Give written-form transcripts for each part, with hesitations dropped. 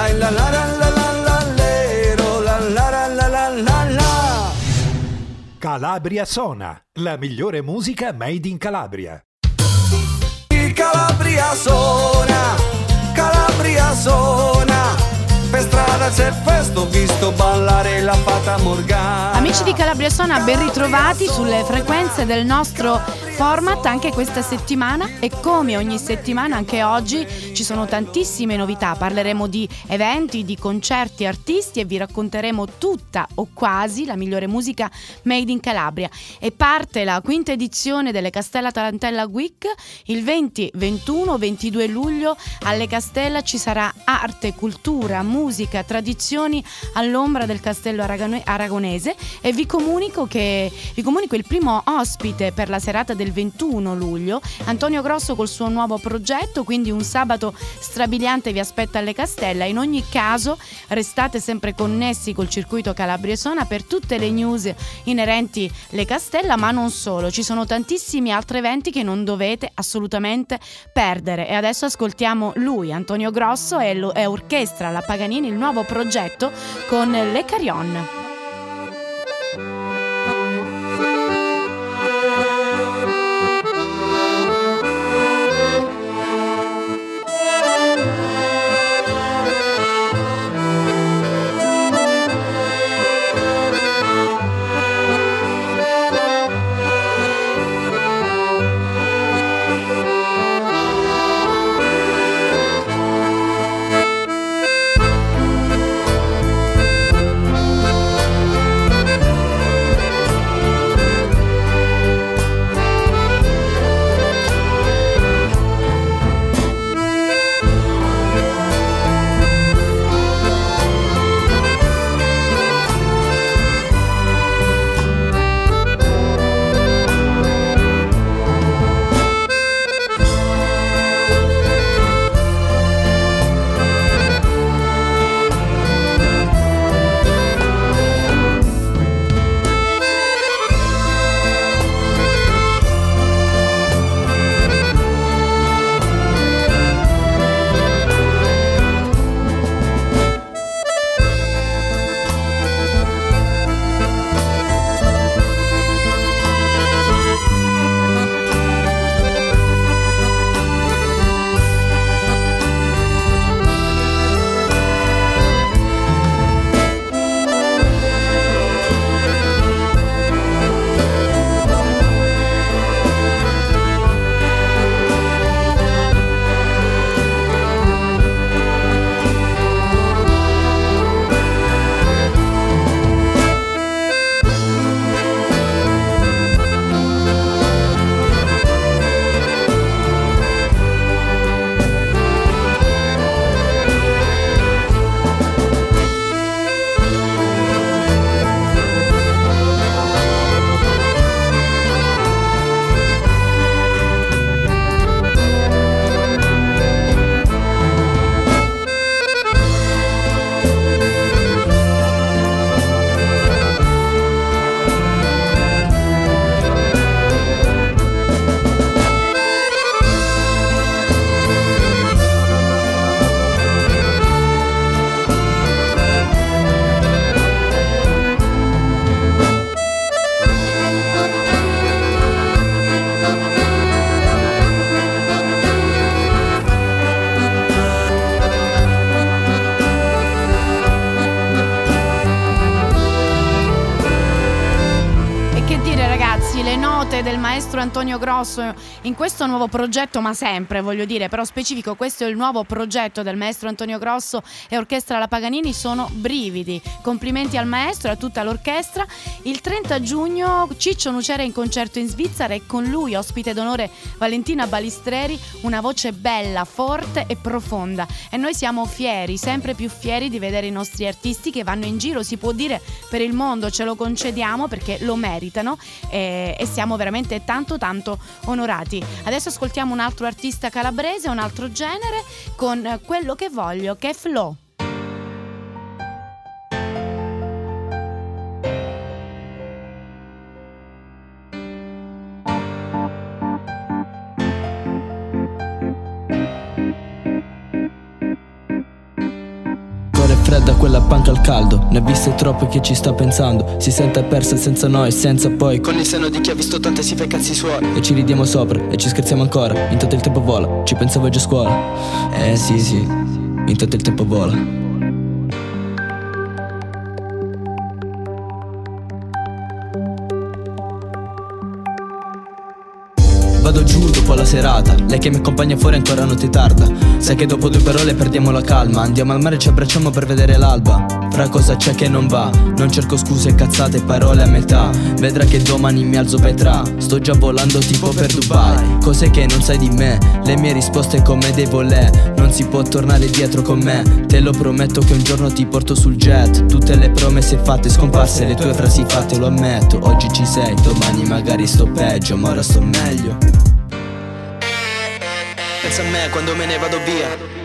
Dai la la la la la la lero, la la la la la la la. Calabria Sona, la migliore musica made in Calabria. Calabria suona, Calabria suona, per strada c'è festo, ho visto ballare la fata Morgana. Amici di Calabria Sona, ben ritrovati sulle frequenze del nostro format anche questa settimana, e come ogni settimana anche oggi ci sono tantissime novità. Parleremo di eventi, di concerti, artisti e vi racconteremo tutta o quasi la migliore musica made in Calabria. E parte la quinta edizione delle Castella Tarantella Week. Il 20, 21, 22 luglio alle Castella ci sarà arte, cultura, musica, tradizioni all'ombra del castello aragonese, e vi comunico il primo ospite per la serata del 21 luglio, Antonio Grosso col suo nuovo progetto, quindi un sabato strabiliante vi aspetta alle Castella. In ogni caso restate sempre connessi col circuito Calabria Sona per tutte le news inerenti alle Castella, ma non solo, ci sono tantissimi altri eventi che non dovete assolutamente perdere. E adesso ascoltiamo lui, Antonio Grosso e Orchestra La Paganini, il nuovo progetto con Le Carillon. Del maestro Antonio Grosso in questo nuovo progetto, ma sempre voglio dire, però specifico, questo è il nuovo progetto del maestro Antonio Grosso e Orchestra La Paganini, sono brividi. Complimenti al maestro e a tutta l'orchestra. Il 30 giugno Ciccio Nucera è in concerto in Svizzera e con lui ospite d'onore Valentina Balistreri, una voce bella, forte e profonda, e noi siamo fieri, sempre più fieri di vedere i nostri artisti che vanno in giro, si può dire, per il mondo. Ce lo concediamo perché lo meritano e siamo veramente tanto onorati. Adesso ascoltiamo un altro artista calabrese, un altro genere, con Quello che voglio, che è Flo. fredda, quella panca al caldo. Ne ha viste troppe che ci sta pensando. Si sente persa senza noi, senza poi. Con il seno di chi ha visto tante si fa i cazzi suoi. E ci ridiamo sopra, e ci scherziamo ancora. Intanto il tempo vola, ci pensavo già a scuola. Sì, intanto il tempo vola. Vado giù dopo la serata, lei che mi accompagna fuori ancora notte tarda. Sai che dopo 2 parole perdiamo la calma. Andiamo al mare e ci abbracciamo per vedere l'alba. Fra cosa c'è che non va? Non cerco scuse, cazzate e parole a metà. Vedrà che domani mi alzo petrà. Sto già volando tipo per Dubai. Cos'è che non sai di me? Le mie risposte come dei volé. Non si può tornare dietro con me. Te lo prometto che un giorno ti porto sul jet. Tutte le promesse fatte, scomparse le tue frasi fatte, lo ammetto. Oggi ci sei, domani magari sto peggio, ma ora sto meglio. Pensa a me quando me ne vado via.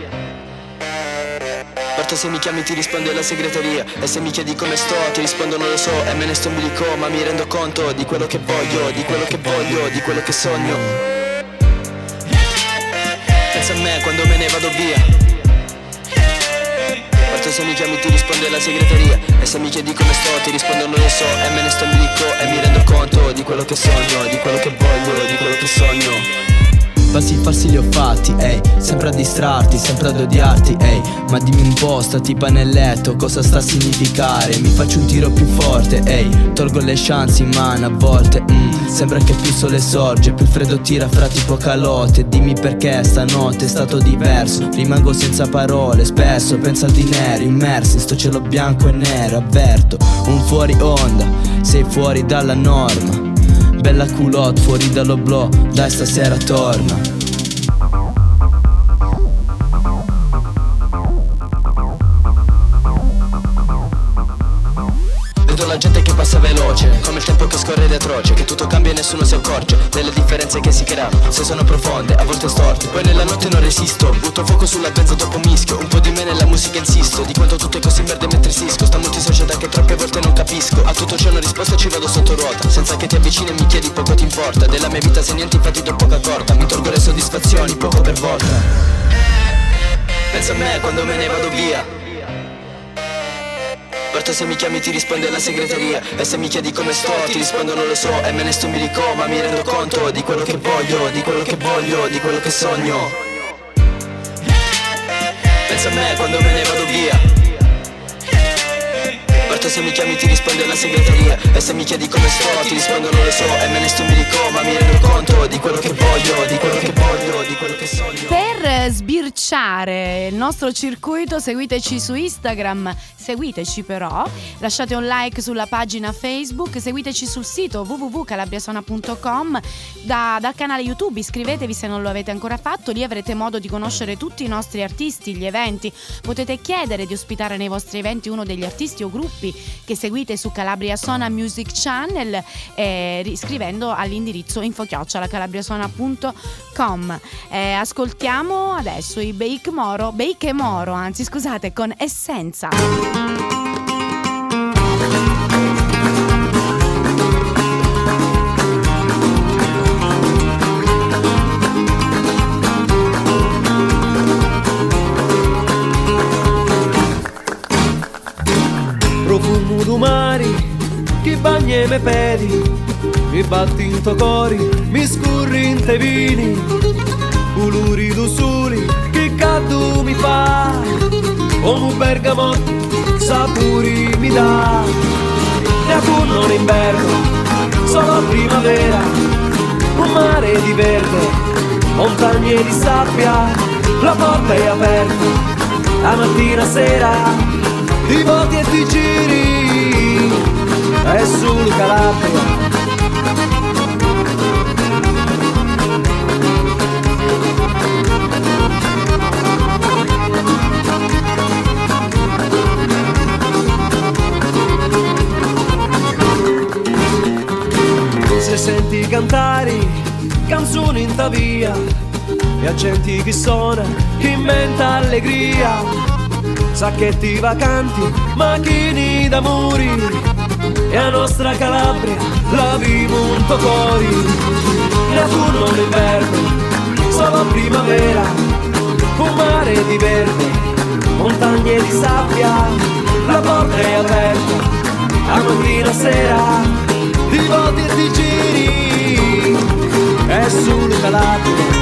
Parto, se mi chiami ti rispondo alla segreteria. E se mi chiedi come sto ti rispondo non lo so. E me ne sto in bilico ma mi rendo conto di quello che voglio, di quello che voglio, di quello che sogno. Pensa a me quando me ne vado via. Parto, se mi chiami ti rispondo alla segreteria. E se mi chiedi come sto ti rispondo non lo so. E me ne sto in bilico e mi rendo conto di quello che sogno, di quello che voglio, di quello che sogno. Passi falsi li ho fatti, ehi, sempre a distrarti, sempre ad odiarti, ehi. Ma dimmi un po', sta tipa nel letto, cosa sta a significare? Mi faccio un tiro più forte, ehi, tolgo le chance in mano a volte. Sembra che più sole sorge, più il freddo tira fra tipo calotte. Dimmi perché stanotte è stato diverso. Rimango senza parole, spesso penso al dinero. Immerso in sto cielo bianco e nero, avverto un fuori onda, sei fuori dalla norma. Bella culotte fuori dall'oblò, dai stasera torna. Vedo la gente che passa veloce, come il tempo che scorre ed è atroce. Che tutto cambia e nessuno si accorge delle differenze che si creano, se sono profonde, a volte storte. Poi nella notte non resisto, butto fuoco sulla benza dopo mischio. Un po' di me nella musica insisto, di quanto tutto è così verde mentre sisco. Sta multisocietà che troppe volte non capisco. A tutto c'è una risposta e ci vado sotto ruota. Senza che ti avvicini e mi chiedi poco ti importa. Della mia vita se niente infatti do poca corda. Mi tolgo le soddisfazioni poco per volta. Pensa a me quando me ne vado via. Parto, se mi chiami ti rispondo alla segreteria. E se mi chiedi come sto ti rispondo non lo so. E me ne sto in bilico ma mi rendo conto di quello che voglio, di quello che voglio, di quello che sogno. Pensa a me quando me ne vado via. Parto, se mi chiami ti rispondo alla segreteria. E se mi chiedi come sto ti rispondo non lo so. E me ne sto in bilico ma mi rendo conto di quello che voglio, di quello che voglio, di quello che sogno. Per sbirciare il nostro circuito seguiteci su Instagram. Seguiteci però, lasciate un like sulla pagina Facebook, seguiteci sul sito www.calabriasona.com, dal canale YouTube, iscrivetevi se non lo avete ancora fatto, lì avrete modo di conoscere tutti i nostri artisti, gli eventi, potete chiedere di ospitare nei vostri eventi uno degli artisti o gruppi che seguite su Calabria Sona Music Channel, scrivendo all'indirizzo info@calabriasona.com. Ascoltiamo adesso i Bake Moro, con Essenza. Profumo do mare che bagna i miei piedi, mi batti in to cori, mi scurri in te vini, colori do sole che caldo mi fa, come un bergamotto sapori mi dà. E autunno in inverno, solo primavera, un mare di verde, montagne di sabbia, la porta è aperta, la mattina sera, ti volti e ti giri, è solo Calabria. Se senti cantare canzoni in ta via e accenti chi suona, chi inventa allegria, sacchetti vacanti, macchine d'amori, e a nostra Calabria la vivo un po' cori. E autunno l'inverno, solo primavera, un mare di verde, montagne montagne di sabbia, la porta è aperta, a mattina sera, ti volti e ti giri, è sul Calabria.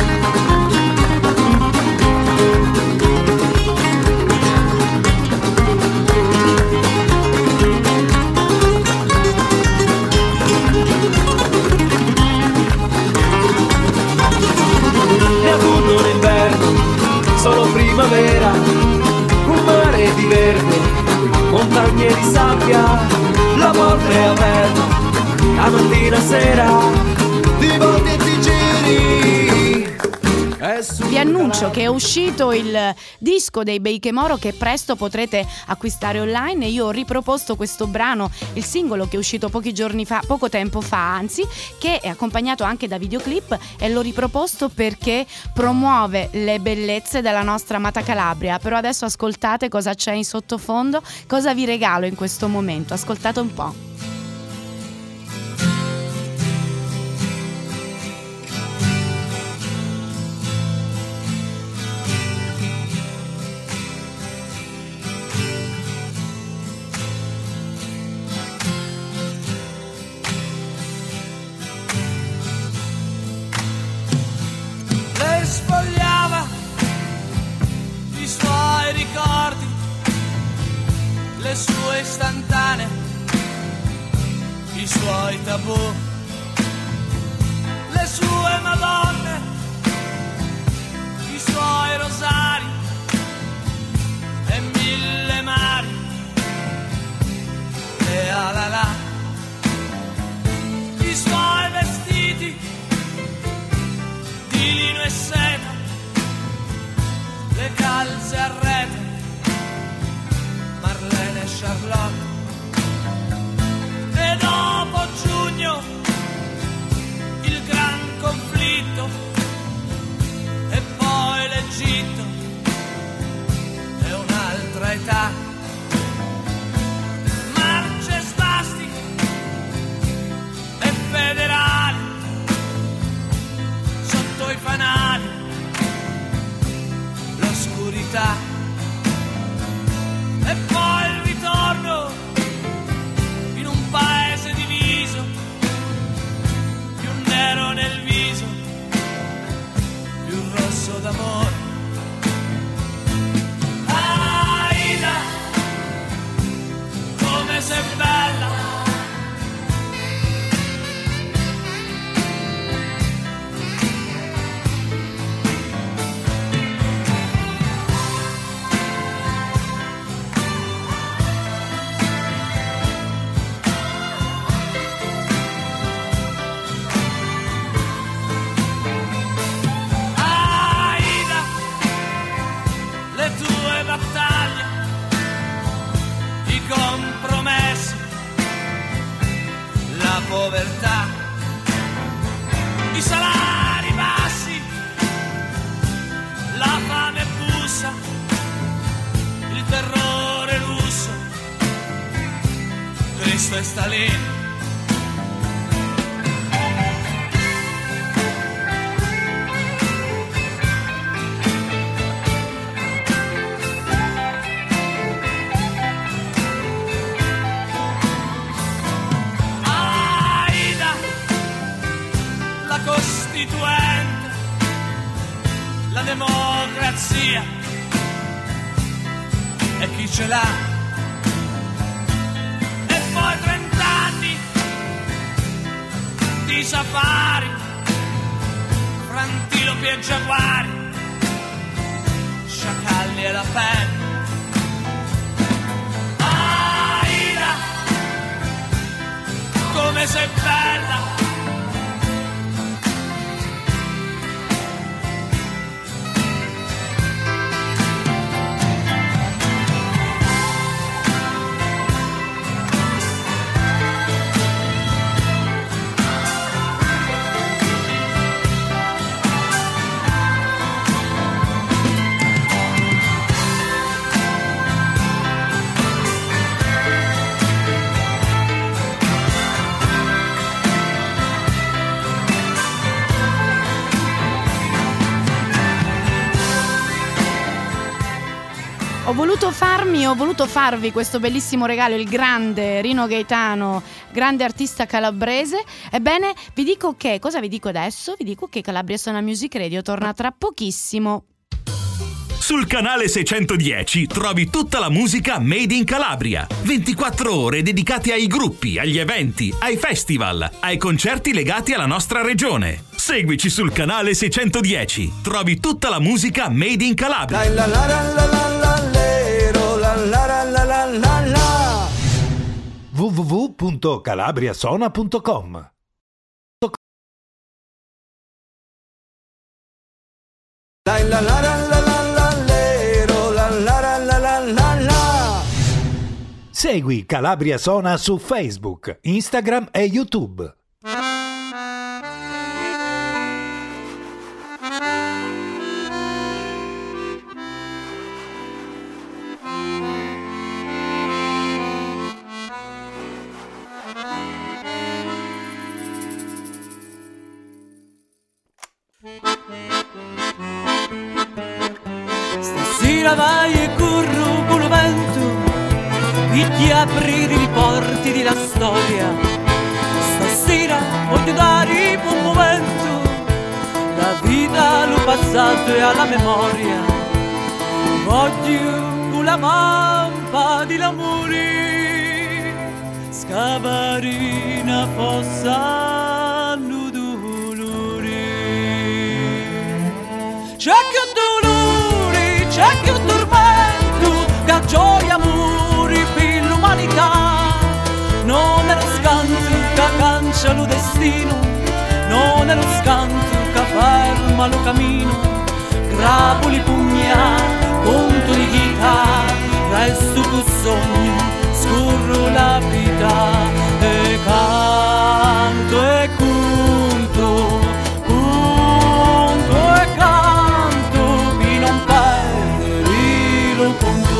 Non inverno, solo primavera, un mare di verde, montagne di sabbia, la porta è aperta, a mattina sera, ti volti e ti giri. Vi annuncio che è uscito il disco dei Beikemoro che presto potrete acquistare online. Io ho riproposto questo brano, il singolo che è uscito poco tempo fa, anzi, che è accompagnato anche da videoclip, e l'ho riproposto perché promuove le bellezze della nostra amata Calabria. Però adesso ascoltate cosa c'è in sottofondo, cosa vi regalo in questo momento. Ascoltate un po'. Sfogliava i suoi ricordi, le sue istantanee, i suoi tabù, le sue madonne, i suoi rosari e 1000 mari e alala, i suoi vestiti di lino e seta, le calze a rete, Marlene e Charlotte. E dopo giugno il gran conflitto, e poi l'Egitto e un'altra età, marce svastiche e federali sotto i fanali, l'oscurità, e poi il ritorno in un paese diviso, più nero nel viso, più rosso d'amore. Aida, come sei bella, battaglie, i compromessi, la povertà, i salari bassi, la fame bussa, il terrore russo, Cristo e Stalin. La democrazia e chi ce l'ha, e poi 30 anni di safari, fra antilopi e giaguari, sciacalli e la pelle. Aida, come sei bella, Ho voluto farvi questo bellissimo regalo, il grande Rino Gaetano, grande artista calabrese. Ebbene, vi dico che, cosa vi dico adesso? Vi dico che Calabria Suona Music Radio torna tra pochissimo. Sul canale 610 trovi tutta la musica made in Calabria. 24 ore dedicate ai gruppi, agli eventi, ai festival, ai concerti legati alla nostra regione. Seguici sul canale 610. Trovi tutta la musica made in Calabria. www.calabriasona.com. Segui Calabria Sona su Facebook, Instagram e YouTube. Stasera vai e corro con lo vento, di aprire i porti della storia. Stasera voglio dare un momento, la vita, lo passato e alla memoria. Voglio con la vampa dell'amore scavare una fossa no dolore. C'è che dolore, c'è che tormento, che gioia amore per l'umanità. Non è lo scanto che cancia lo destino, non è lo scanto che ferma lo cammino. Grapoli pugna, conto di chitarra, resto con sogno, scorro la vita e canto e conto, conto e canto, di non perdere lo conto.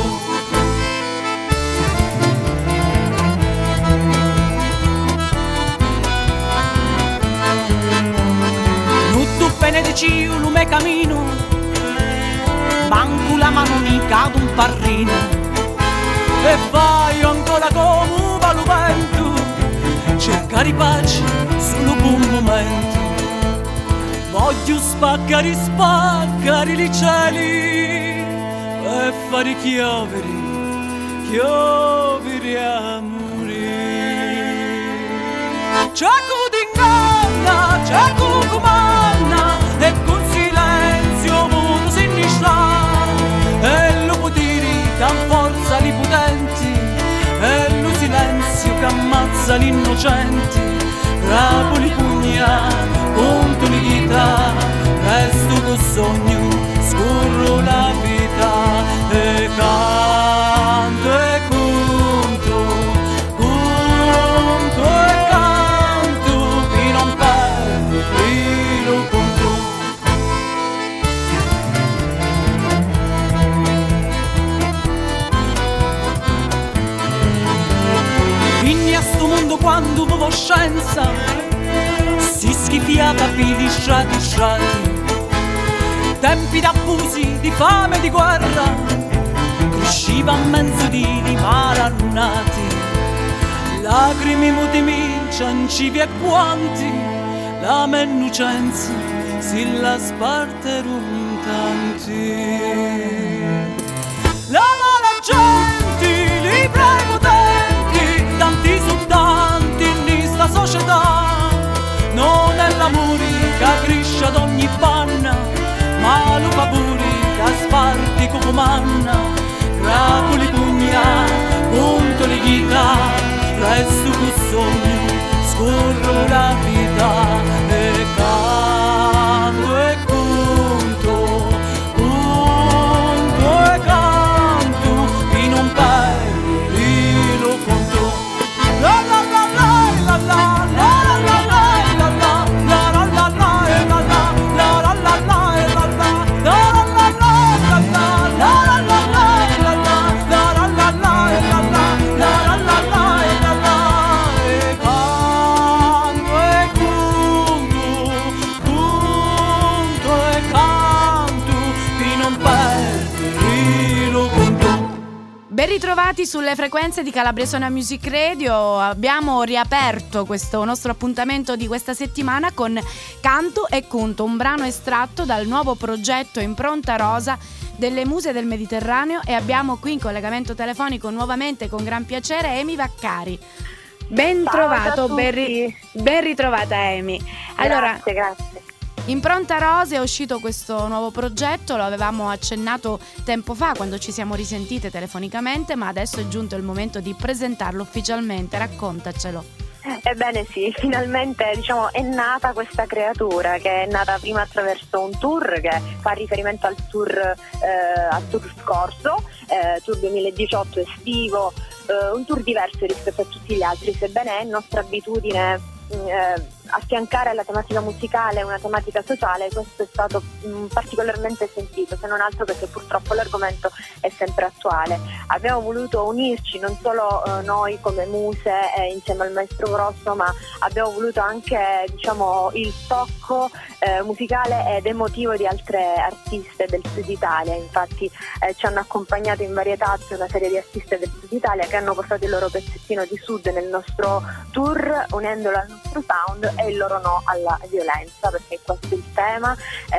Benedici lume cammino, manco la mano mica ad un parrino, e vai ancora come va lo vento, cercare pace solo buon momento. Voglio spaccare i cieli e fare chiovere amore. Cerco d'inganna, cerco comanda, e con silenzio muto sinistra, e lo potere che forza li potenti, e lo silenzio che ammazza gli innocenti. Rapoli pugna, conto di chitarra, resto col sogno, scorro la vita e canto e conto, conto e canto, di non perdere lo conto. Vigni a sto mondo quando avevo scienza, si schifiava per gli strati, tempi d'abusi, di fame e di guerra, cresciva a mezzo di malannati, lacrime mutimi, ciancivi e guanti, la mia innocenza si la sparteron tanti. La mala gente, li prepotenti, tanti su tanti in sta società. Non è l'amore che cresce ad ogni panna, ma lo favore che sparti come manna. Grapoli pugna, conto le chitarre, resto col sogno, scorro la vita e canto e conto, conto e canto, di non perdere lo conto. La la la la la la la. La Ben ritrovati sulle frequenze di Calabriasona Music Radio. Abbiamo riaperto questo nostro appuntamento di questa settimana con Canto e Cunto, un brano estratto dal nuovo progetto Impronta Rosa delle Muse del Mediterraneo, e abbiamo qui in collegamento telefonico nuovamente con gran piacere Amy Vaccari. Ben trovato, ben ritrovata Amy. Allora, Grazie. Impronta Rosa, è uscito questo nuovo progetto, lo avevamo accennato tempo fa quando ci siamo risentite telefonicamente, ma adesso è giunto il momento di presentarlo ufficialmente, raccontacelo. Ebbene sì, finalmente è nata questa creatura, che è nata prima attraverso un tour che fa riferimento al tour scorso, tour 2018 estivo, un tour diverso rispetto a tutti gli altri, sebbene è nostra abitudine affiancare alla tematica musicale una tematica sociale. Questo è stato particolarmente sentito, se non altro perché purtroppo l'argomento è sempre attuale. Abbiamo voluto unirci non solo noi come muse insieme al maestro Grosso, ma abbiamo voluto anche il tocco musicale ed emotivo di altre artiste del Sud Italia. Infatti ci hanno accompagnato in varie tappe una serie di artiste del Sud Italia che hanno portato il loro pezzettino di Sud nel nostro tour, unendolo al nostro sound e il loro no alla violenza, perché questo è il tema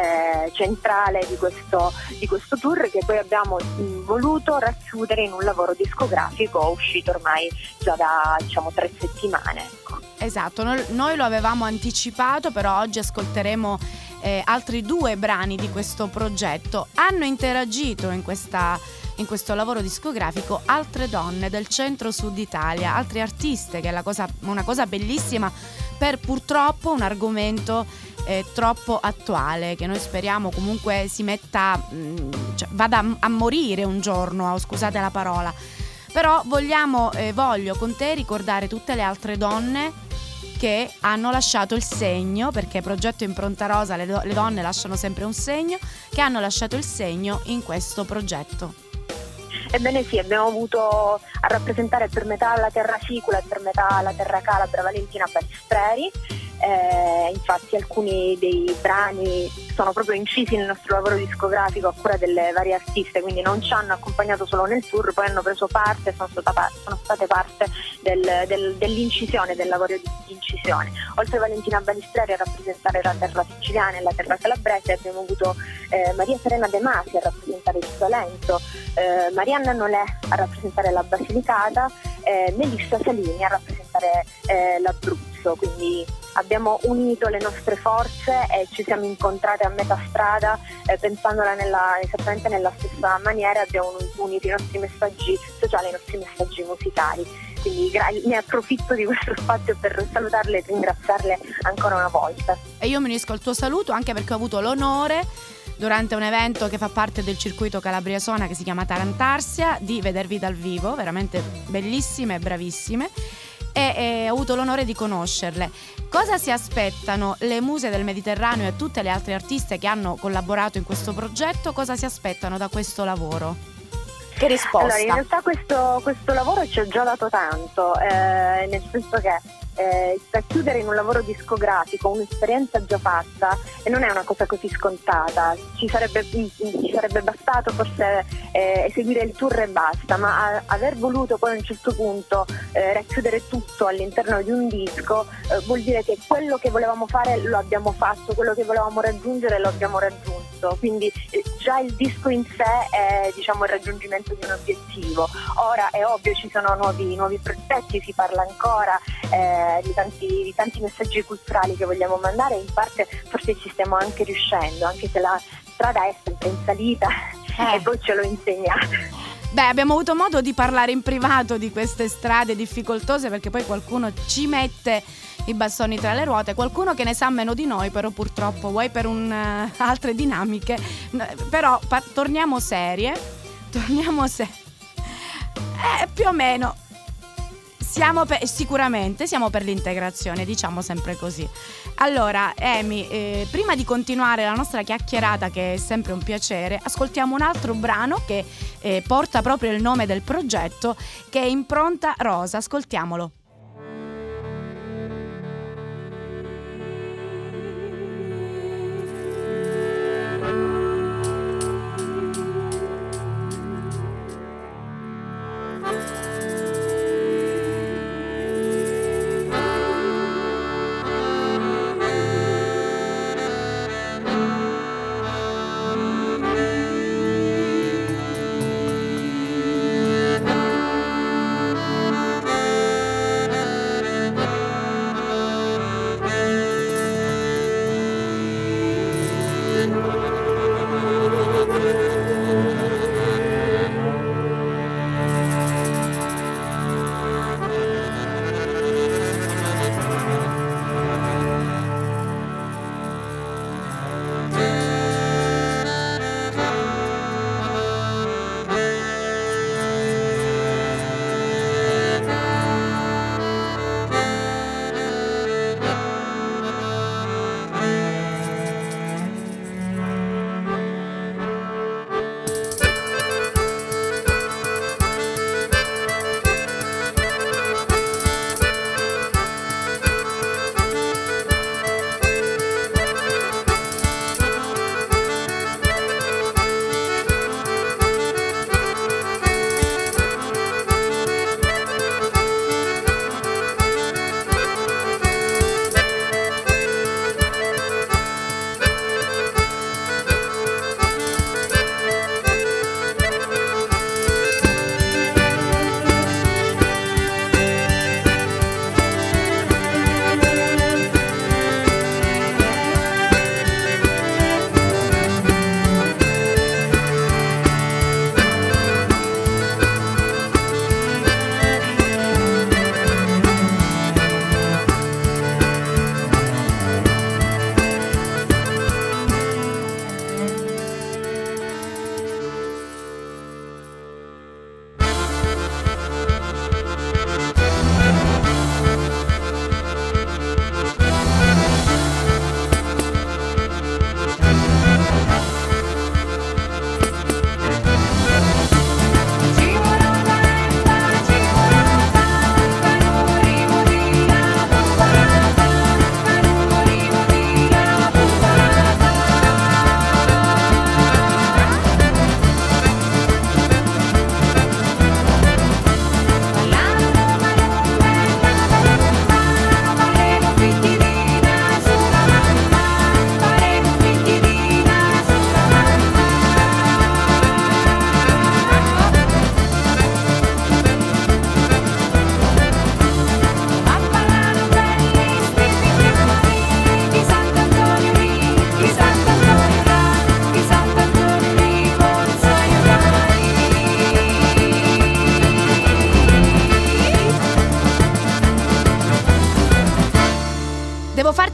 centrale di questo tour, che poi abbiamo voluto racchiudere in un lavoro discografico uscito ormai già da 3 settimane. Ecco. Esatto, noi lo avevamo anticipato, però oggi ascolteremo altri 2 brani di questo progetto. Hanno interagito in questo lavoro discografico altre donne del centro-sud Italia, altre artiste, che è una cosa bellissima per purtroppo un argomento troppo attuale, che noi speriamo comunque si metta, vada a morire un giorno, scusate la parola. Però voglio con te ricordare tutte le altre donne che hanno lasciato il segno, perché progetto Impronta Rosa, le donne lasciano sempre un segno, che hanno lasciato il segno in questo progetto. Ebbene sì, abbiamo avuto a rappresentare per metà la terra sicula e per metà la terra calabra Valentina Balistreri. Infatti alcuni dei brani sono proprio incisi nel nostro lavoro discografico a cura delle varie artiste, quindi non ci hanno accompagnato solo nel tour, poi hanno preso parte, sono state parte dell'incisione, del lavoro di incisione. Oltre a Valentina Balistreri a rappresentare la terra siciliana e la terra calabrese, abbiamo avuto Maria Serena De Masi a rappresentare il Salento, Marianna Nolè a rappresentare la Basilicata, Melissa Salini a rappresentare l'Abruzzo. Quindi abbiamo unito le nostre forze e ci siamo incontrate a metà strada, pensandola esattamente nella stessa maniera. Abbiamo unito i nostri messaggi sociali e i nostri messaggi musicali. Quindi ne approfitto di questo spazio per salutarle e ringraziarle ancora una volta. E io mi unisco al tuo saluto, anche perché ho avuto l'onore, durante un evento che fa parte del circuito Calabriasona, che si chiama Tarantarsia, di vedervi dal vivo, veramente bellissime e bravissime, e ho avuto l'onore di conoscerle. Cosa si aspettano le Muse del Mediterraneo e tutte le altre artiste che hanno collaborato in questo progetto? Cosa si aspettano da questo lavoro? Che risposta? Allora, in realtà questo lavoro ci ha già dato tanto, nel senso che chiudere in un lavoro discografico un'esperienza già fatta, e non è una cosa così scontata. Ci sarebbe bastato forse eseguire il tour e basta, ma aver voluto poi a un certo punto racchiudere tutto all'interno di un disco vuol dire che quello che volevamo fare lo abbiamo fatto, quello che volevamo raggiungere lo abbiamo raggiunto. Quindi già il disco in sé è il raggiungimento di un obiettivo. Ora è ovvio, ci sono nuovi progetti, si parla ancora di tanti messaggi culturali che vogliamo mandare, in parte forse ci stiamo anche riuscendo, anche se la strada è sempre in salita e voi ce lo insegnate. Beh, abbiamo avuto modo di parlare in privato di queste strade difficoltose, perché poi qualcuno ci mette i bastoni tra le ruote, qualcuno che ne sa meno di noi, però purtroppo vuoi per altre dinamiche. Però torniamo serie, più o meno. Sicuramente siamo per l'integrazione, diciamo sempre così. Allora, Amy, prima di continuare la nostra chiacchierata, che è sempre un piacere, ascoltiamo un altro brano che porta proprio il nome del progetto, che è Impronta Rosa. Ascoltiamolo.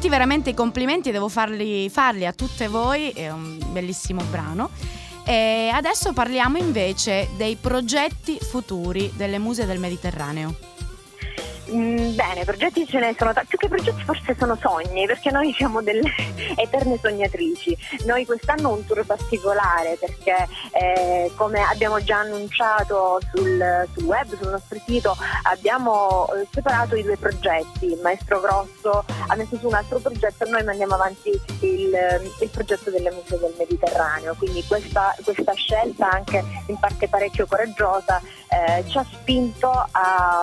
veramente i complimenti, devo farli a tutte voi, è un bellissimo brano. E adesso parliamo invece dei progetti futuri delle Muse del Mediterraneo. Bene, progetti ce ne sono più che progetti, forse sono sogni, perché noi siamo delle eterne sognatrici. Noi quest'anno un tour particolare perché come abbiamo già annunciato sul web, sul nostro sito, abbiamo separato i 2 progetti. Il Maestro Grosso ha messo su un altro progetto e noi mandiamo avanti il progetto delle Muse del Mediterraneo, quindi questa scelta, anche in parte parecchio coraggiosa, ci ha spinto a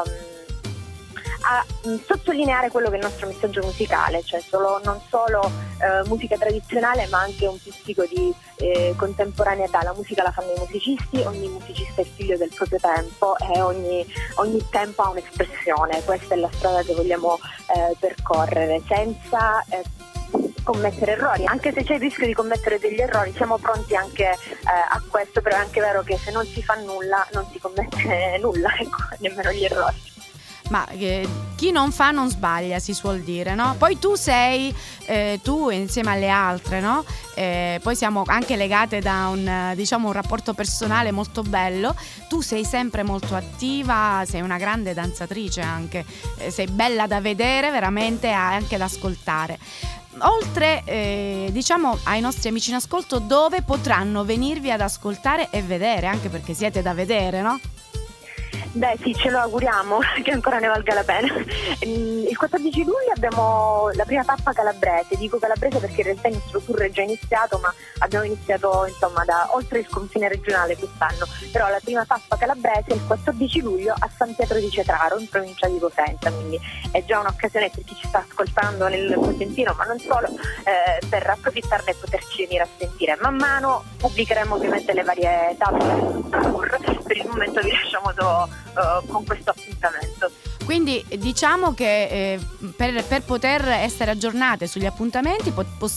sottolineare quello che è il nostro messaggio musicale, cioè non solo musica tradizionale, ma anche un pizzico di contemporaneità. La musica la fanno i musicisti, ogni musicista è figlio del proprio tempo e ogni tempo ha un'espressione. Questa è la strada che vogliamo percorrere, senza commettere errori, anche se c'è il rischio di commettere degli errori. Siamo pronti anche a questo, però è anche vero che se non si fa nulla non si commette nulla, ecco, nemmeno gli errori. Ma chi non fa non sbaglia, si suol dire, no? Poi tu sei, tu insieme alle altre, no? Poi siamo anche legate da un rapporto personale molto bello. Tu sei sempre molto attiva, sei una grande danzatrice anche, sei bella da vedere veramente, anche da ascoltare. Oltre ai nostri amici in ascolto, dove potranno venirvi ad ascoltare e vedere, anche perché siete da vedere, no? Beh sì, ce lo auguriamo che ancora ne valga la pena. Il 14 luglio abbiamo la prima tappa calabrese, dico calabrese perché in realtà il nostro tour è già iniziato, ma abbiamo iniziato insomma da oltre il confine regionale quest'anno, però la prima tappa calabrese è il 14 luglio a San Pietro di Cetraro, in provincia di Cosenza, quindi è già un'occasione per chi ci sta ascoltando nel Cosentino, ma non solo, per approfittarne e poterci venire a sentire. Man mano pubblicheremo ovviamente le varie tappe del tour, per il momento vi lasciamo con questo appuntamento. Quindi diciamo che per poter essere aggiornate sugli appuntamenti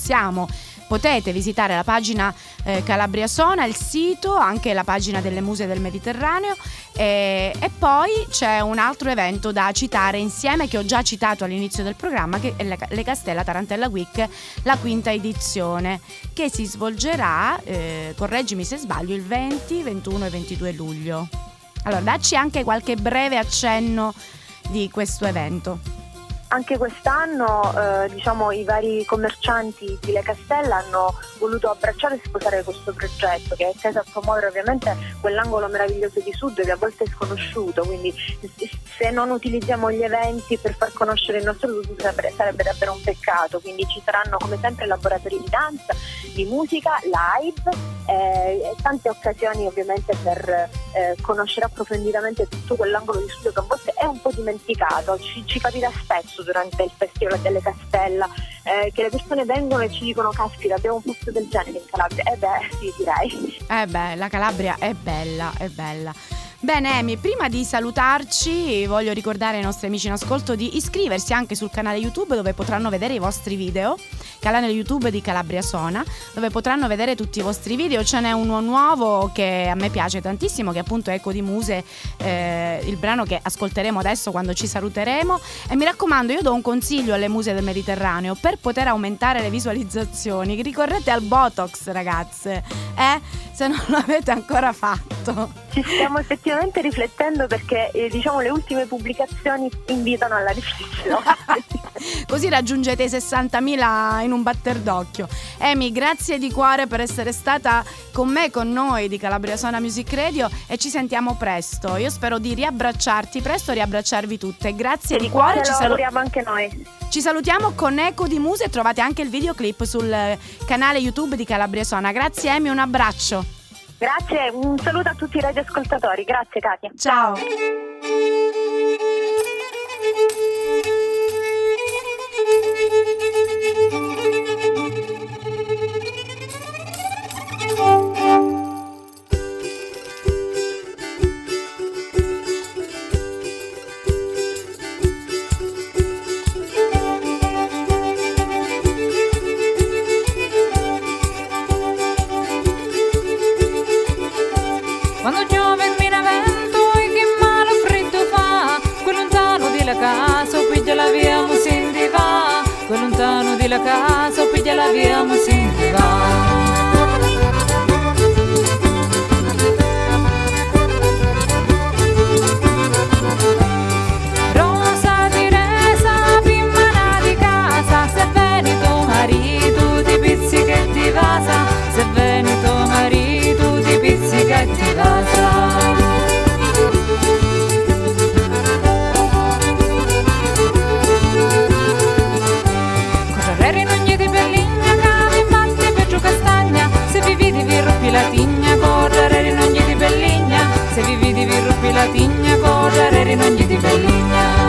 potete visitare la pagina Calabria Sona, il sito, anche la pagina delle Muse del Mediterraneo, e poi c'è un altro evento da citare insieme, che ho già citato all'inizio del programma, che è le Castella Tarantella Week, la 5ª edizione, che si svolgerà, correggimi se sbaglio, il 20, 21 e 22 luglio. Allora, dacci anche qualche breve accenno di questo evento. Anche quest'anno i vari commercianti di Le Castella hanno voluto abbracciare e sposare questo progetto, che è teso a promuovere ovviamente quell'angolo meraviglioso di Sud che a volte è sconosciuto, quindi se non utilizziamo gli eventi per far conoscere il nostro Sud sarebbe davvero un peccato. Quindi ci saranno come sempre laboratori di danza, di musica, live e tante occasioni ovviamente per conoscere approfonditamente tutto quell'angolo di Sud che a volte è un po' dimenticato. Ci capita spesso durante il Festival delle Castella che le persone vengono e ci dicono: caspita, abbiamo un posto del genere in Calabria. Sì, direi. La Calabria è bella, è bella. Bene Amy, prima di salutarci voglio ricordare ai nostri amici in ascolto di iscriversi anche sul canale YouTube, dove potranno vedere i vostri video, canale YouTube di Calabria Sona, dove potranno vedere tutti i vostri video. Ce n'è uno nuovo che a me piace tantissimo, che è appunto Eco di Muse, il brano che ascolteremo adesso quando ci saluteremo. E mi raccomando, io do un consiglio alle Muse del Mediterraneo: per poter aumentare le visualizzazioni ricorrete al Botox, ragazze, se non l'avete ancora fatto. Ci stiamo effettivamente riflettendo, perché le ultime pubblicazioni invitano alla riflessione. Così raggiungete i 60.000 in un batter d'occhio. Amy, grazie di cuore per essere stata con noi di Calabria Sona Music Radio, e ci sentiamo presto. Io spero di riabbracciarti presto, riabbracciarvi tutte. Grazie di cuore. Ci salutiamo anche noi. Ci salutiamo con Eco di Muse e trovate anche il videoclip sul canale YouTube di Calabria Sona. Grazie Amy, un abbraccio. Grazie, un saluto a tutti i radioascoltatori. Grazie Katia. Ciao. Quando piove mi vento e che male la casa o piglia la via ma se ne va. Se veni tuo marito ti pizzica e ti vasa, se veni tuo marito ti pizzica e ti vasa. Correre in ogni di Berligna, cavi in batte per giù castagna, se vivi vi ruppi la tigna, correre in ogni di Berligna, se vivi vi ruppi la tigna, correre in ogni di Berligna.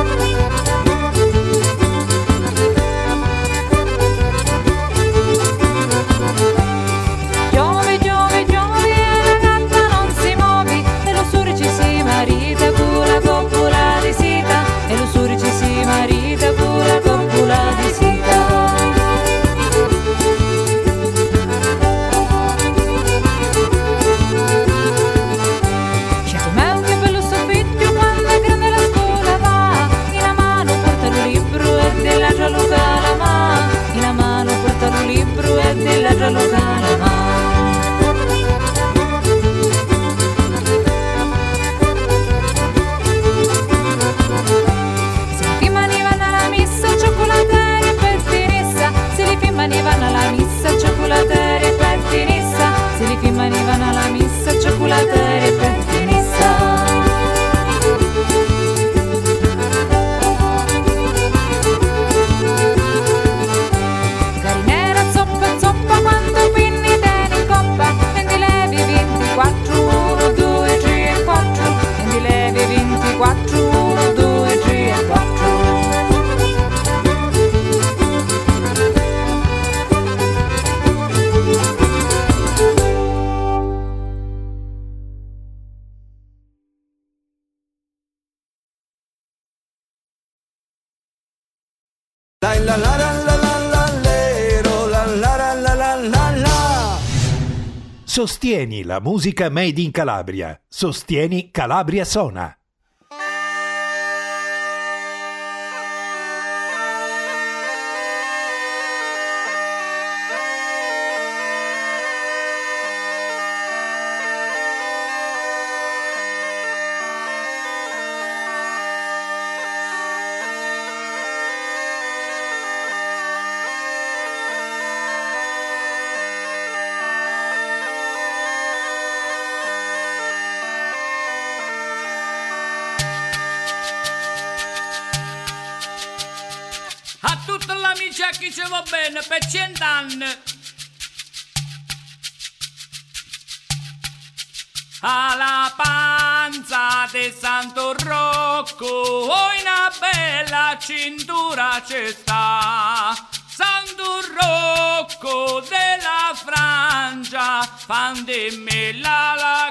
Sostieni la musica made in Calabria. Sostieni Calabria Sona. A tutti gli amici a chi ci va bene per 100 anni. Alla panza di Santo Rocco, una bella cintura ci sta. Santo Rocco della Francia, fan di me la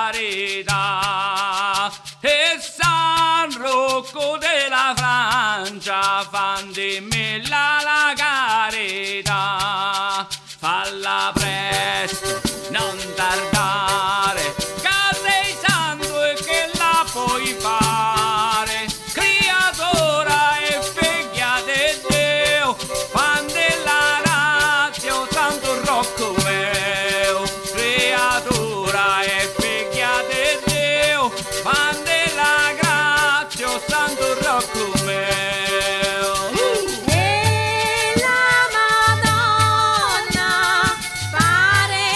carità. E San Rocco della Francia, fan di me la carità. Falla presto, non tardare, che sei santo e che la puoi fare. Creatora e figlia di Dio, fan della razio, Santo Rocco mio. Creatura e figlia di Dio, fan della grazia, Santo Rocco mio.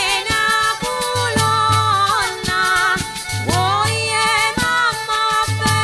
Vuoi mamma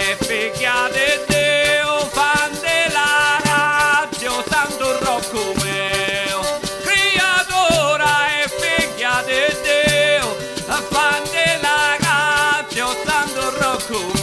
e figlia di Dio, fan della radio, santo Rocco mio, creatora e figlia di Dio, fan della radio, santo Rocco mio.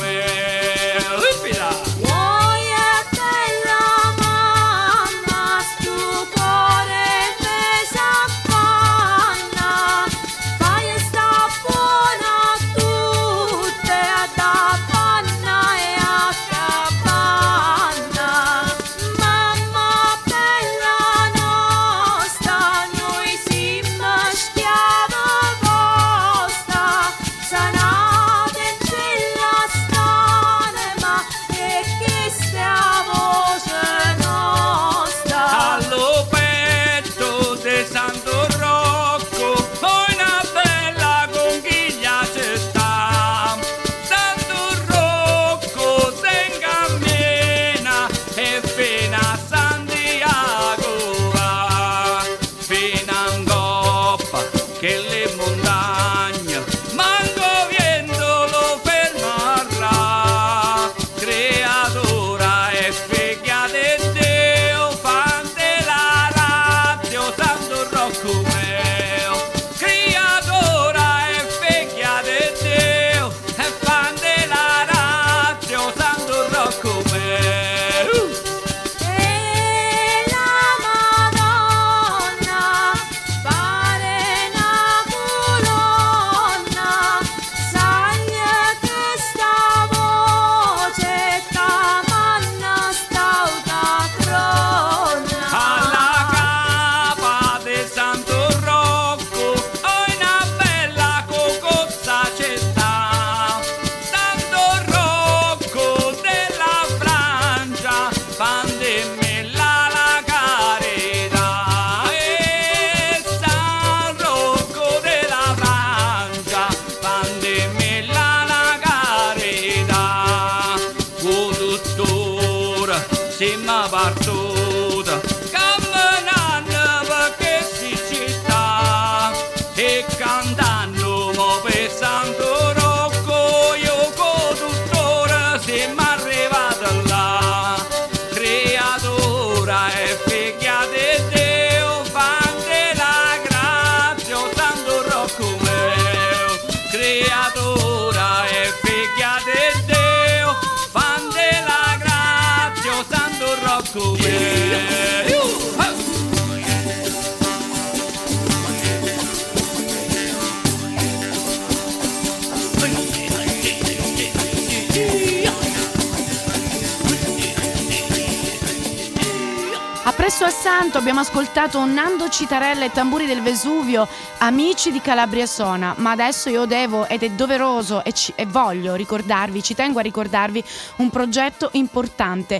Appresso al Santo abbiamo ascoltato Nando Citarella e Tamburi del Vesuvio, Amici di Calabria Sona, ma adesso io devo ed è doveroso e voglio ricordarvi, ci tengo a ricordarvi un progetto importante.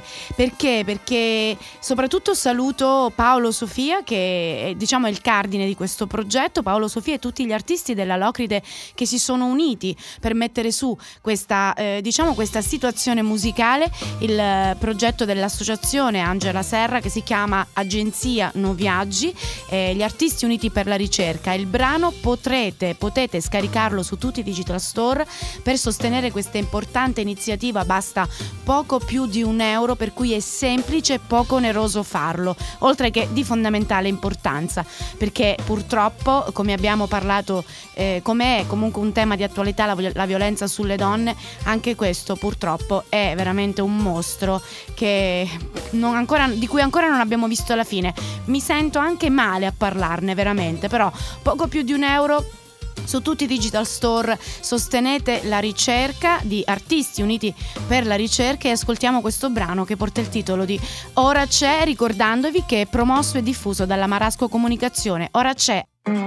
Perché soprattutto saluto Paolo Sofia, che diciamo è il cardine di questo progetto, Paolo Sofia e tutti gli artisti della Locride che si sono uniti per mettere su questa questa situazione musicale, il progetto dell'associazione Angela Serra che si chiama Agenzia No Viaggi, gli artisti uniti per la ricerca. Il brano potete scaricarlo su tutti i digital store. Per sostenere questa importante iniziativa basta poco più di €1, per cui è semplice e poco oneroso farlo, oltre che di fondamentale importanza, perché purtroppo, come abbiamo parlato, come è comunque un tema di attualità la violenza sulle donne, anche questo purtroppo è veramente un mostro di cui ancora non abbiamo visto la fine. Mi sento anche male a parlarne veramente, però poco più di €1 su tutti i digital store. Sostenete la ricerca di Artisti Uniti per la Ricerca e ascoltiamo questo brano che porta il titolo di Ora C'è, ricordandovi che è promosso e diffuso dalla Marasco Comunicazione. Ora C'è.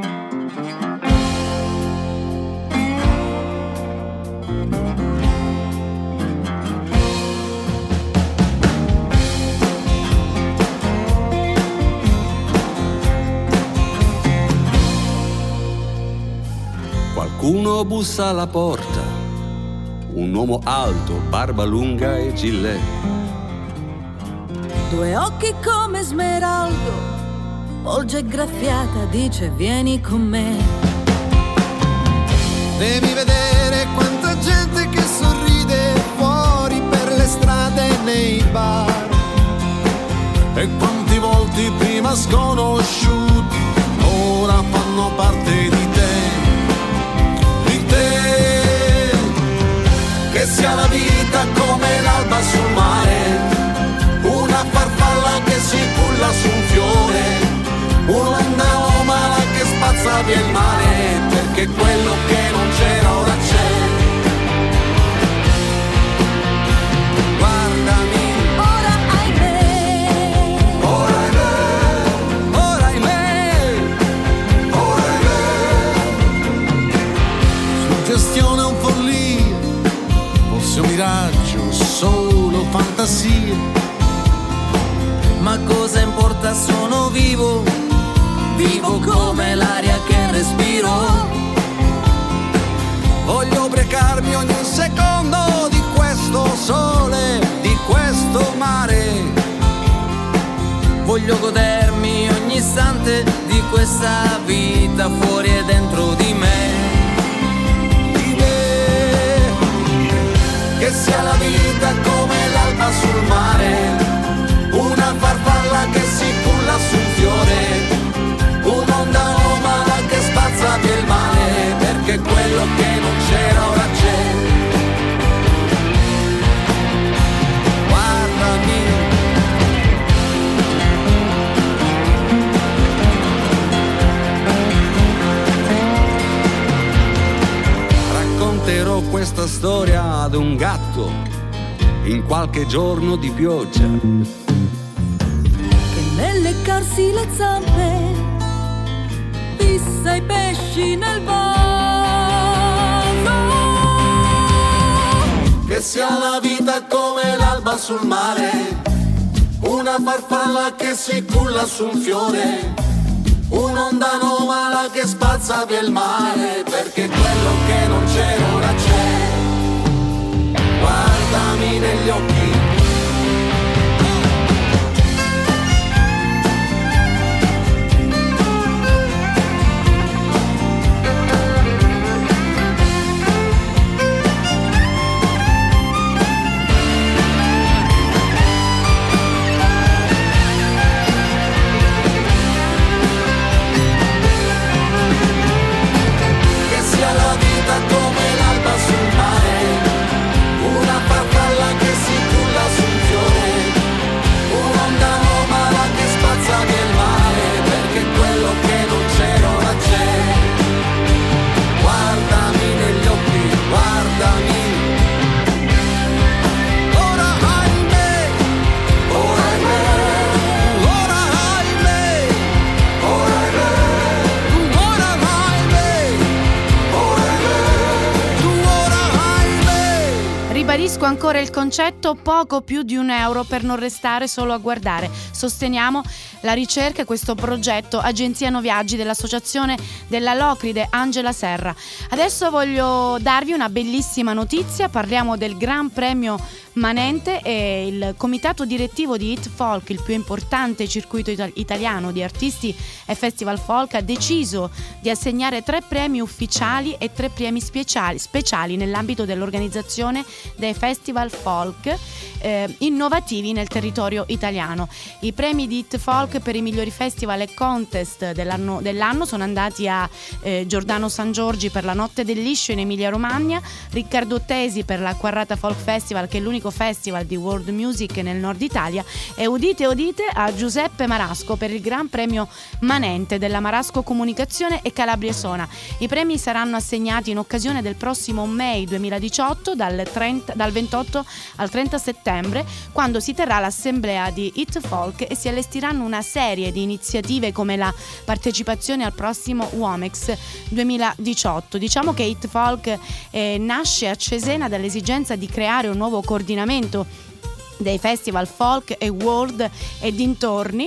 Qualcuno bussa alla porta, un uomo alto, barba lunga e gilet. Due occhi come smeraldo, volge graffiata, dice vieni con me. Devi vedere quanta gente che sorride fuori per e quanti volti prima sconosciuti ora fanno parte di te, che sia la vita come l'alba sul mare, una farfalla che si culla su un fiore, un'onda anomala che spazza via il mare, perché quello che non c'era ora c'è. Guardami, ora hai me, ora hai me, ora hai me, ora hai me. Suggestione o follia, forse un miraggio, solo fantasia, ma cosa importa, sono vivo, vivo come l'aria che respiro. Voglio ubriacarmi ogni secondo di questo sole, di questo mare. Voglio godermi ogni istante di questa vita fuori e dentro di me. Di me, che sia la vita come l'alba sul mare, una farfalla che si culla sul fiore, un'onda anomala che spazza via il mare, perché quello che non c'era ora c'è. Guardami, racconterò questa storia ad un gatto in qualche giorno di pioggia, che nell'leccarsi le zampe fissa i pesci nel vaso, che sia la vita come l'alba sul mare, una farfalla che si culla su un fiore, un'onda anomala che spazza via il mare, perché quello che non c'era ora c'è. Guardami negli occhi, che sia la vita come l'alba sul mare, una farfalla che si culla su un fiore, un'onda anomala che spazza via il mare, perché quello che non c'era ora c'è. Guardami negli occhi, guardami, ora hai me, ora hai me, ora hai me, ora hai me, ora hai me, ora hai me, tu ora hai me. Ribadisco ancora il concetto: poco più di €1 per non restare solo a guardare. Sosteniamo la ricerca e questo progetto Agenzia Viaggi dell'associazione della Locride Angela Serra. Adesso voglio darvi una bellissima notizia, parliamo del Gran Premio Manente e il comitato direttivo di Hit Folk, il più importante circuito italiano di artisti e festival folk, ha deciso di assegnare 3 premi ufficiali e 3 premi speciali nell'ambito dell'organizzazione dei festival folk innovativi nel territorio italiano. I premi di Hit Folk per i migliori festival e contest dell'anno sono andati a Giordano San Giorgi per la Notte del Liscio in Emilia Romagna, Riccardo Tesi per la Quarrata Folk Festival, che è l'unico festival di world music nel nord Italia, e udite a Giuseppe Marasco per il Gran Premio Manente della Marasco Comunicazione e Calabria Sona. I premi saranno assegnati in occasione del prossimo May 2018 dal 28 al 30 settembre, quando si terrà l'assemblea di Hit Folk e si allestiranno una serie di iniziative come la partecipazione al prossimo Womex 2018. Diciamo che Hit Folk nasce a Cesena dall'esigenza di creare un nuovo coordinamento dei festival folk e world e dintorni,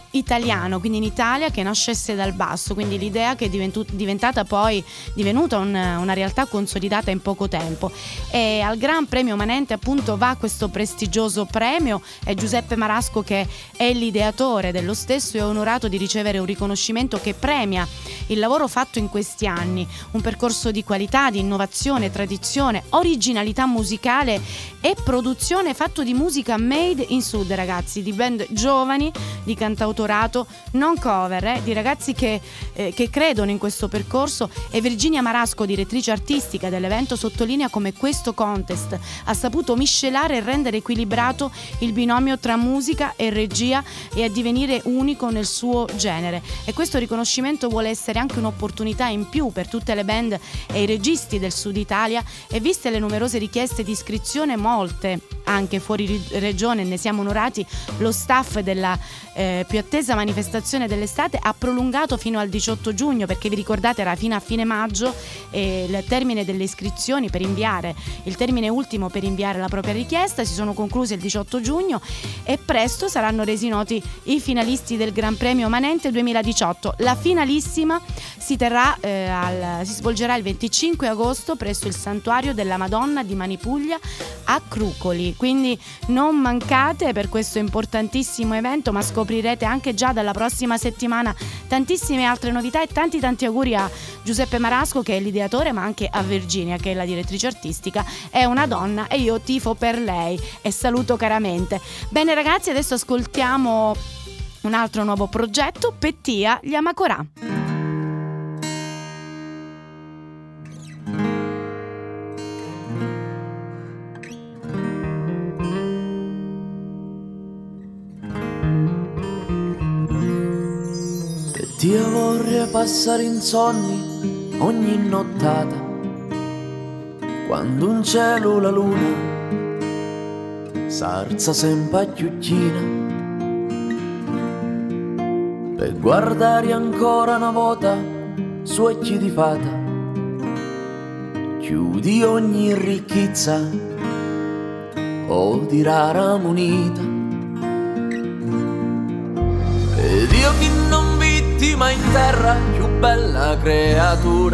italiano, quindi in Italia, che nascesse dal basso, quindi l'idea che è divenuta una realtà consolidata in poco tempo. E al Gran Premio Manente appunto va questo prestigioso premio, è Giuseppe Marasco che è l'ideatore dello stesso e è onorato di ricevere un riconoscimento che premia il lavoro fatto in questi anni, un percorso di qualità, di innovazione, tradizione, originalità musicale e produzione fatto di musica made in Sud, ragazzi, di band giovani, di cantautorato, non cover, di ragazzi che credono in questo percorso. E Virginia Marasco, direttrice artistica dell'evento, sottolinea come questo contest ha saputo miscelare e rendere equilibrato il binomio tra musica e regia e a divenire unico nel suo genere. E questo riconoscimento vuole essere anche un'opportunità in più per tutte le band e i registi del Sud Italia, e viste le numerose richieste di iscrizione, molte anche fuori regione, ne siamo onorati, lo staff della più attesa manifestazione dell'estate ha prolungato fino al 18 giugno, perché vi ricordate era fino a fine maggio il termine delle iscrizioni per inviare, il termine ultimo per inviare la propria richiesta. Si sono concluse il 18 giugno e presto saranno resi noti i finalisti del Gran Premio Manente 2018. La finalissima si svolgerà il 25 agosto presso il Santuario della Madonna di Manipuglia a Crucoli, quindi non mancate per questo importantissimo evento, ma scoprirete anche già dalla prossima settimana tantissime altre novità. E tanti auguri a Giuseppe Marasco, che è l'ideatore, ma anche a Virginia, che è la direttrice artistica. È una donna e io tifo per lei e saluto caramente. Bene ragazzi, adesso ascoltiamo un altro nuovo progetto, Pettia gli Amacorà. Io vorrei passare insonni ogni nottata, quando in cielo la luna s'alza sempre più china, per guardare ancora una volta su occhi di fata, chiudi ogni ricchezza o di rara moneta. Ed io che non vittima in terra più bella creatura,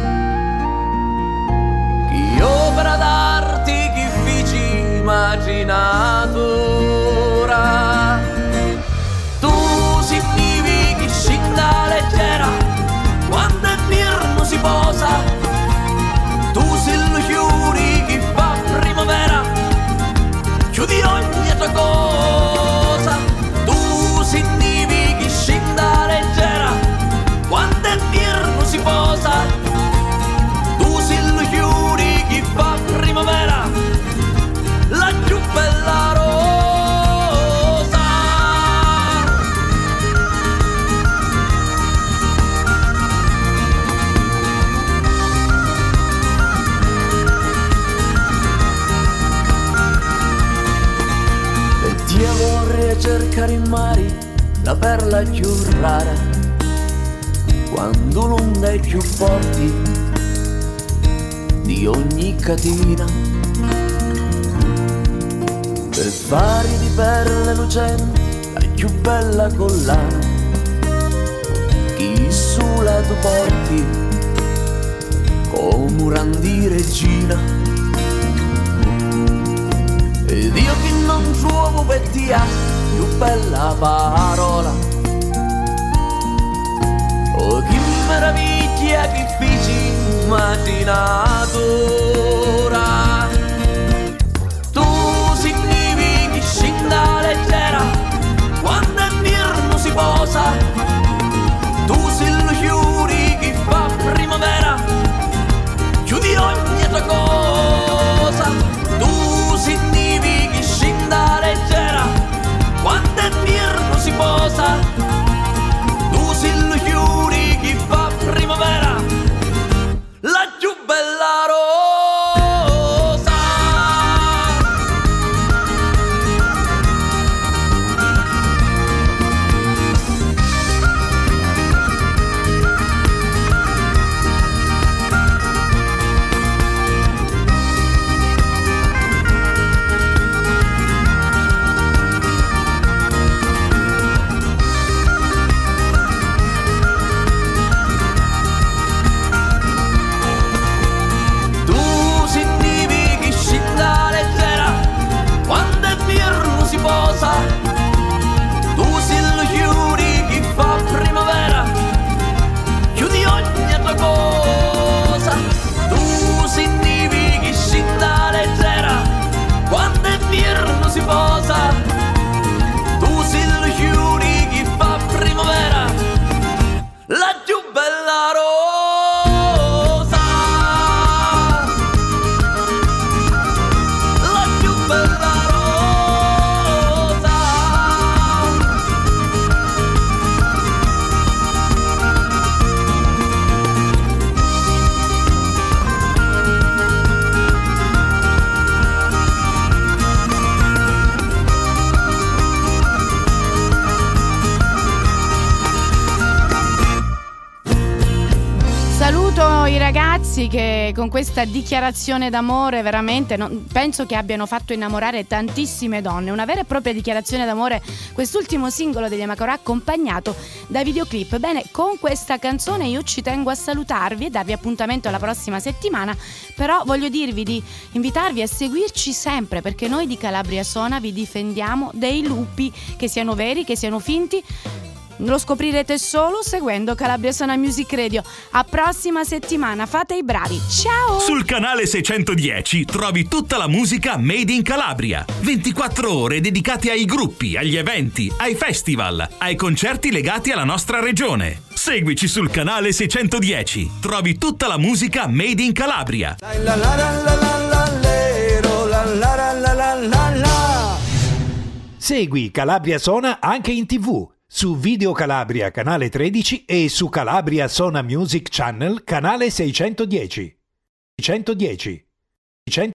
chi opera d'arti, chi feci immaginatura. Tu significhi scinda leggera quando il mirno si posa, tu sei lo chiudi chi fa primavera, chiudi ogni tua cosa. Tu significhi scinda leggera quando il mirno si posa, tu sei lo chiudi chi fa primavera, la più bella rosa. E ti vorrei cercare in mari la perla più rara, quando l'onda è più forte di ogni catena, per fare di perle lucenti la più bella collana, chi sulla tu porti come un randi regina. Ed io che non trovo per te più bella parola, oh che meraviglia che feci immaginatura. Tu significhi scinda leggera quando il mirno si posa, tu sei lo chiudi che fa primavera, chiudi ogni tua cosa. Tu significhi scinda leggera quando il mirno si posa, tu sei lo chiudi chi fa primavera, la più bella rosa. i ragazzi che con questa dichiarazione d'amore veramente penso che abbiano fatto innamorare tantissime donne, una vera e propria dichiarazione d'amore, quest'ultimo singolo degli Amacorà accompagnato da videoclip. Bene, con questa canzone io ci tengo a salutarvi e darvi appuntamento alla prossima settimana, però voglio dirvi di invitarvi a seguirci sempre, perché noi di Calabria Sona vi difendiamo dei lupi, che siano veri, che siano finti. Lo scoprirete solo seguendo Calabria Sona Music Radio. A prossima settimana, fate i bravi. Ciao! Sul canale 610 trovi tutta la musica Made in Calabria. 24 ore dedicate ai gruppi, agli eventi, ai festival, ai concerti legati alla nostra regione. Seguici sul canale 610. Trovi tutta la musica Made in Calabria. Segui Calabria Sona anche in TV. Su Video Calabria canale 13 e su Calabria Sona Music Channel canale 610.